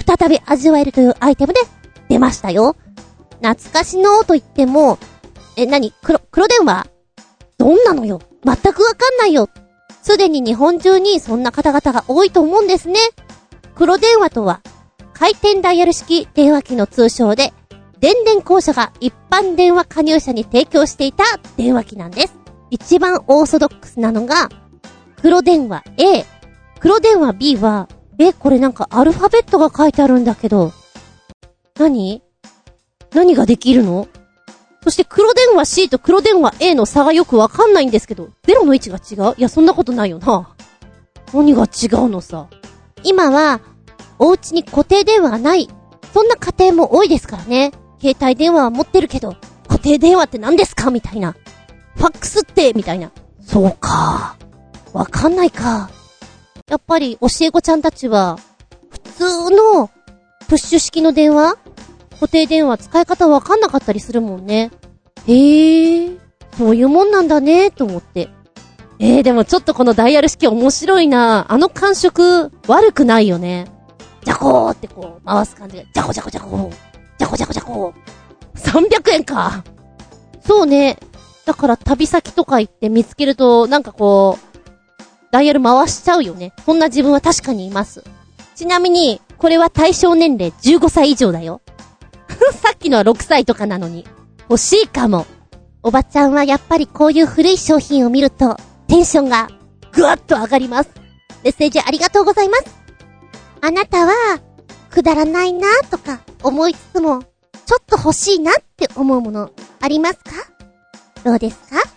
S2: 再び味わえるというアイテムで出ましたよ。懐かしのと言っても、黒電話どんなのよ。全くわかんないよ。すでに日本中にそんな方々が多いと思うんですね。黒電話とは、回転ダイヤル式電話機の通称で、電電公社が一般電話加入者に提供していた電話機なんです。一番オーソドックスなのが、黒電話 A。黒電話 B は、これなんかアルファベットが書いてあるんだけど、何ができるの？そして黒電話 C と黒電話 A の差がよくわかんないんですけど、0の位置が違う？いや、そんなことないよな。何が違うのさ。今は、お家に固定電話がない。そんな家庭も多いですからね。携帯電話は持ってるけど、固定電話って何ですかみたいな。ファックスってみたいな。そうか。わかんないか。やっぱり教え子ちゃんたちは、普通のプッシュ式の電話？固定電話使い方わかんなかったりするもんね。そういうもんなんだねと思って。でもちょっとこのダイヤル式面白いな。あの感触悪くないよね。ジャコーってこう回す感じが、ジャコジャコジャコー。ジャコジャコジャコー。300円か。そうね。だから旅先とか行って見つけると、なんかこう、ダイヤル回しちゃうよね。そんな自分は確かにいます。ちなみに、これは対象年齢15歳以上だよ。さっきのは6歳とかなのに。欲しいかも。おばちゃんはやっぱりこういう古い商品を見ると、テンションがぐわっと上がります。メッセージありがとうございます。あなたは、くだらないなとか思いつつも、ちょっと欲しいなって思うもの、ありますか？どうですか？はい、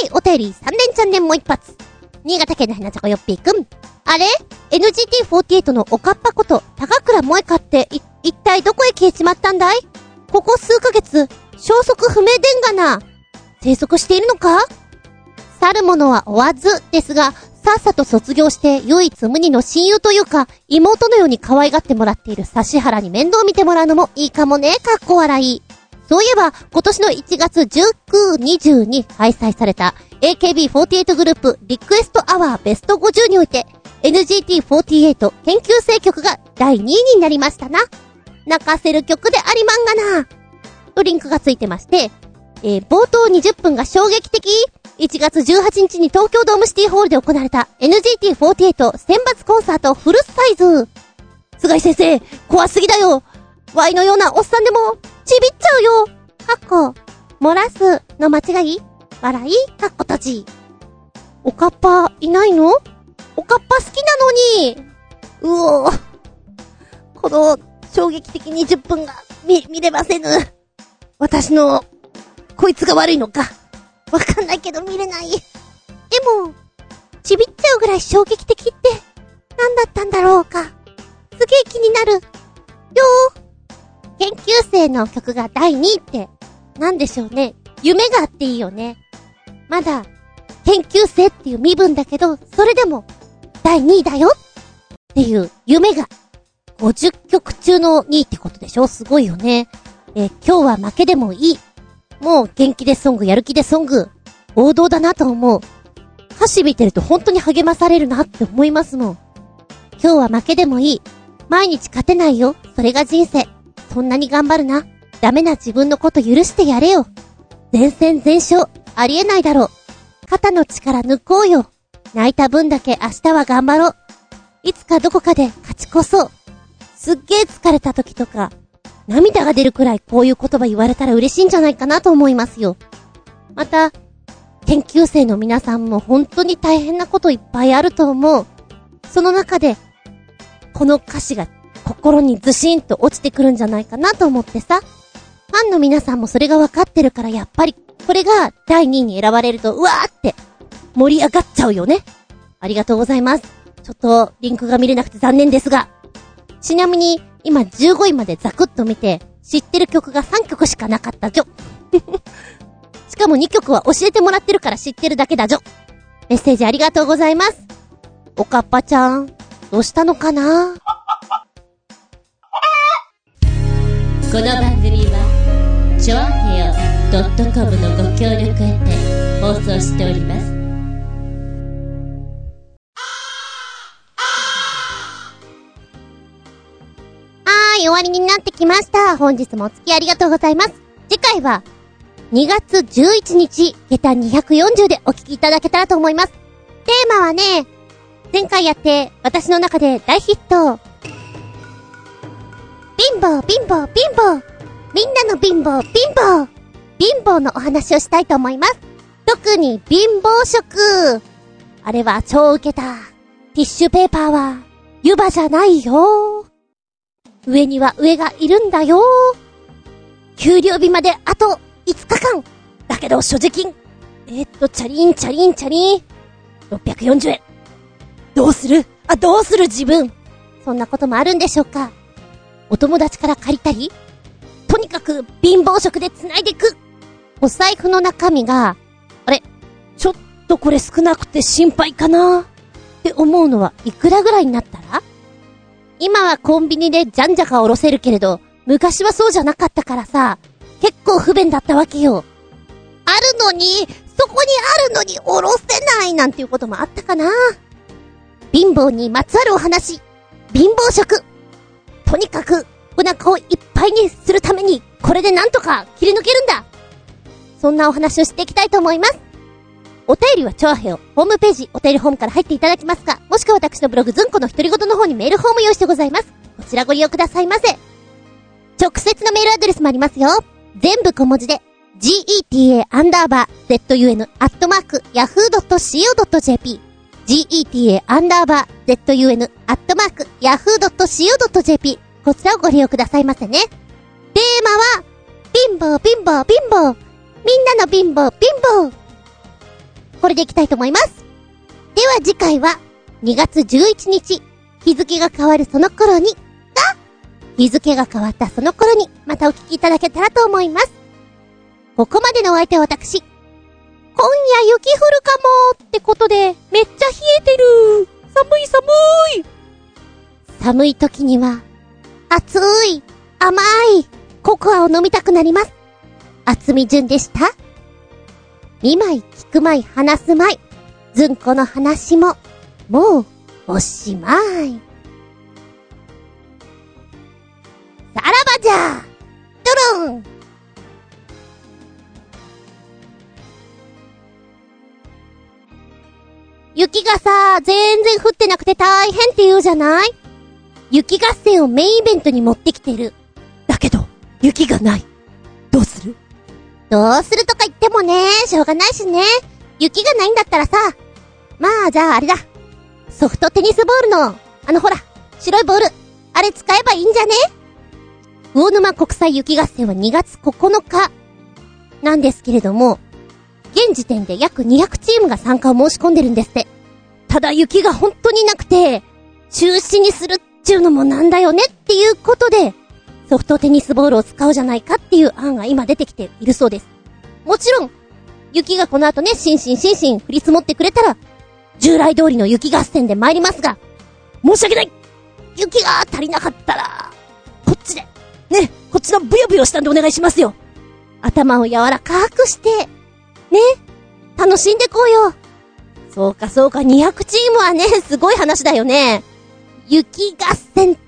S2: お便り3連チャンネルもう一発。新潟県のひなちゃこよっぴーくん。あれ？ NGT48 のおかっぱこと高倉萌香って一体どこへ消えちまったんだい？ここ数ヶ月消息不明でんがな。生息しているのか？去る者は追わずですが、さっさと卒業して唯一無二の親友というか妹のように可愛がってもらっている指原に面倒見てもらうのもいいかもね。かっこ笑い。そういえば今年の1月19、20に開催された AKB48 グループリクエストアワーベスト50において NGT48 研究生曲が第2位になりましたな。泣かせる曲でありまんがな。とリンクがついてまして、冒頭20分が衝撃的。1月18日に東京ドームシティホールで行われた NGT48 選抜コンサートフルサイズ。菅井先生、怖すぎだよ。ワイのようなおっさんでもちびっちゃうよ。漏らすの間違い？笑い？閉じ。おかっぱいないの？おかっぱ好きなのに。この衝撃的20分が見れませぬ。私のこいつが悪いのかわかんないけど見れない。でもちびっちゃうぐらい衝撃的って何だったんだろうか。すげえ気になるよ。研究生の曲が第2位ってなんでしょうね。夢があっていいよね。まだ研究生っていう身分だけど、それでも第2位だよっていう夢が50曲中の2位ってことでしょ。すごいよね。今日は負けでもいい。もう元気でソング、やる気でソング、王道だなと思う。歌詞見てると本当に励まされるなって思いますもん。今日は負けでもいい。毎日勝てないよ。それが人生。そんなに頑張るな。ダメな自分のこと許してやれよ。全戦全勝。ありえないだろう。肩の力抜こうよ。泣いた分だけ明日は頑張ろう。いつかどこかで勝ち越そう。すっげー疲れた時とか、涙が出るくらいこういう言葉言われたら嬉しいんじゃないかなと思いますよ。また、研究生の皆さんも本当に大変なこといっぱいあると思う。その中で、この歌詞が心にズシンと落ちてくるんじゃないかなと思ってさ。ファンの皆さんもそれが分かってるから、やっぱりこれが第2位に選ばれるとうわーって盛り上がっちゃうよね。ありがとうございます。ちょっとリンクが見れなくて残念ですが、ちなみに今15位までザクッと見て知ってる曲が3曲しかなかったじょ。しかも2曲は教えてもらってるから知ってるだけだじょ。メッセージありがとうございます。おかっぱちゃんどうしたのかな。
S1: この番組はちょあへよ .com のご協力へて放送しております。 終わりになってきました。本日もお付き合いありがとうございます。次回は2月11日下駄240でお聞きいただけたらと思います。テーマはね、前回やって私の中で大ヒット、貧乏貧乏貧乏、みんなの貧乏貧乏、貧乏のお話をしたいと思います。特に貧乏食、あれは超ウケた。ティッシュペーパーは湯葉じゃないよ。上には上がいるんだよ。給料日まであと5日間。だけど所持金。チャリンチャリンチャリン。640円。どうする自分。そんなこともあるんでしょうか。お友達から借りたり。とにかく貧乏食で繋いでいく。お財布の中身が、あれ、ちょっとこれ少なくて心配かなって思うのはいくらぐらいになったら？今はコンビニでじゃんじゃかおろせるけれど、昔はそうじゃなかったからさ、結構不便だったわけよ。あるのに、そこにあるのにおろせないなんていうこともあったかな。貧乏にまつわるお話、貧乏食。とにかくお腹をいっぱいにするためにこれでなんとか切り抜けるんだ。そんなお話をしていきたいと思います。お便りはチョアヘオホームページお便りフォームから入っていただきますか、もしくは私のブログズンコの独り言の方にメールフォーム用意してございます。こちらご利用くださいませ。直接のメールアドレスもありますよ。全部小文字で geta_zun@yahoo.co.jp geta_zun@yahoo.co.jp こちらをご利用くださいませね。テーマは貧乏貧乏貧乏、みんなの貧乏貧乏。これでいきたいと思います。では次回は2月11日、日付が変わるその頃に日付が変わったその頃にまたお聞きいただけたらと思います。ここまでのお相手は私。今夜雪降るかもってことでめっちゃ冷えてる。寒い寒い。寒い時には熱い甘いココアを飲みたくなります。厚み順でした。見舞い聞く舞い話す舞い、ずんこの話ももうおしまい。さらばじゃドロン。雪がさ、全然降ってなくて大変って言うじゃない？雪合戦をメインイベントに持ってきてる。だけど、雪がない。どうする？どうするとか言ってもね、しょうがないしね。雪がないんだったらさ、まあじゃああれだ。ソフトテニスボールの、ほら、白いボール。あれ使えばいいんじゃね？魚沼国際雪合戦は2月9日なんですけれども、現時点で約200チームが参加を申し込んでるんですって。ただ雪が本当になくて、中止にするっていうのもなんだよねっていうことで、ソフトテニスボールを使うじゃないかっていう案が今出てきているそうです。もちろん、雪がこの後ね、しんしん降り積もってくれたら、従来通りの雪合戦で参りますが、申し訳ない！雪が足りなかったら、こっちで、ね、こっちのブヨブヨしたんでお願いしますよ。頭を柔らかくして、ね、楽しんでこうよ。そうか、200チームはね、すごい話だよね。雪合戦って、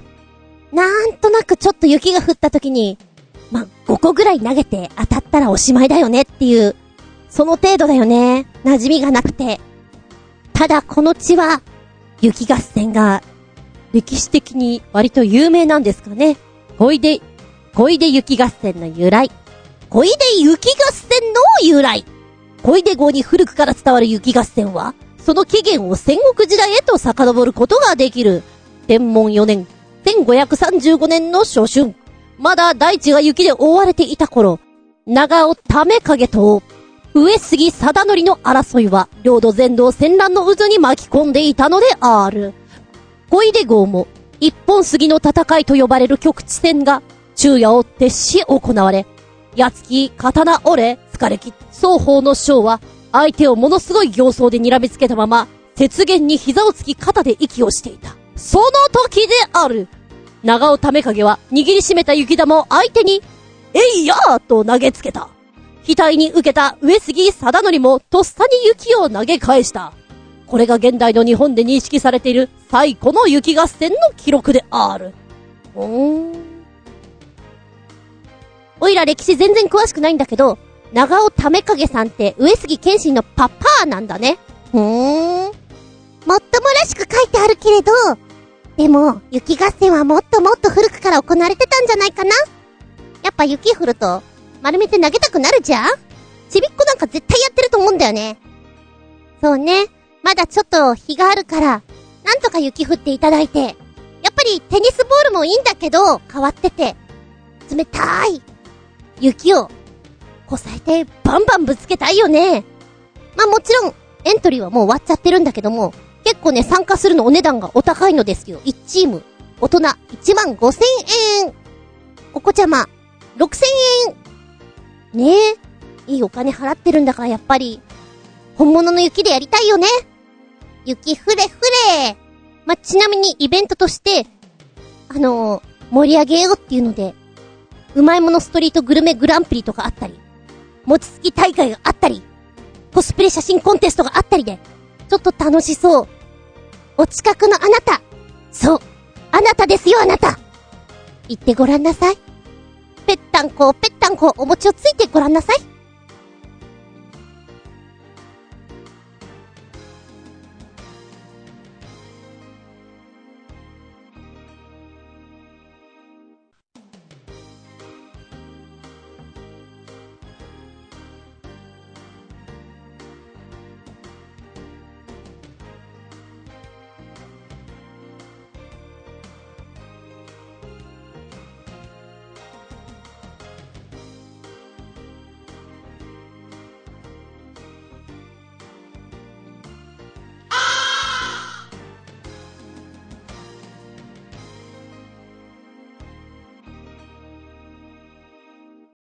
S1: なんとなくちょっと雪が降った時に、5個ぐらい投げて当たったらおしまいだよねっていう、その程度だよね。馴染みがなくて。ただこの地は、雪合戦が、歴史的に割と有名なんですかね。小出雪合戦の由来。小出雪合戦の由来。小出郷に古くから伝わる雪合戦は、その起源を戦国時代へと遡ることができる。天文4年、1535年の初春。まだ大地が雪で覆われていた頃、長尾為景と上杉貞則の争いは、領土全土を戦乱の渦に巻き込んでいたのである。小出郷も、一本杉の戦いと呼ばれる局地戦が、昼夜を徹し行われ、矢突き、刀折れ、疲れき、双方の将は、相手をものすごい形相で睨みつけたまま、雪原に膝をつき肩で息をしていた。その時である。長尾為景は握りしめた雪玉を相手に、えいやーと投げつけた。額に受けた上杉貞則もとっさに雪を投げ返した。これが現代の日本で認識されている最古の雪合戦の記録である。
S2: おいら歴史全然詳しくないんだけど、長尾為影さんって上杉謙信のパパなんだね。
S1: もっともらしく書いてあるけれど、でも、雪合戦はもっともっと古くから行われてたんじゃないかな。やっぱ雪降ると、丸めて投げたくなるじゃん？ちびっこなんか絶対やってると思うんだよね。そうね。まだちょっと日があるから、なんとか雪降っていただいて。やっぱりテニスボールもいいんだけど、変わってて、冷たい雪をこさえてバンバンぶつけたいよね。まあもちろん、エントリーはもう終わっちゃってるんだけども、結構ね、参加するのお値段がお高いのですよ。1チーム、大人15,000円。お子ちゃま、6,000円。ねえ。いいお金払ってるんだからやっぱり、本物の雪でやりたいよね。雪ふれふれ。まあ、ちなみにイベントとして、盛り上げようっていうので、うまいものストリートグルメグランプリとかあったり、餅つき大会があったり、コスプレ写真コンテストがあったりで、ちょっと楽しそう。お近くのあなた。そう。あなたですよ、あなた。行ってごらんなさい。ぺったんこお餅をついてごらんなさい。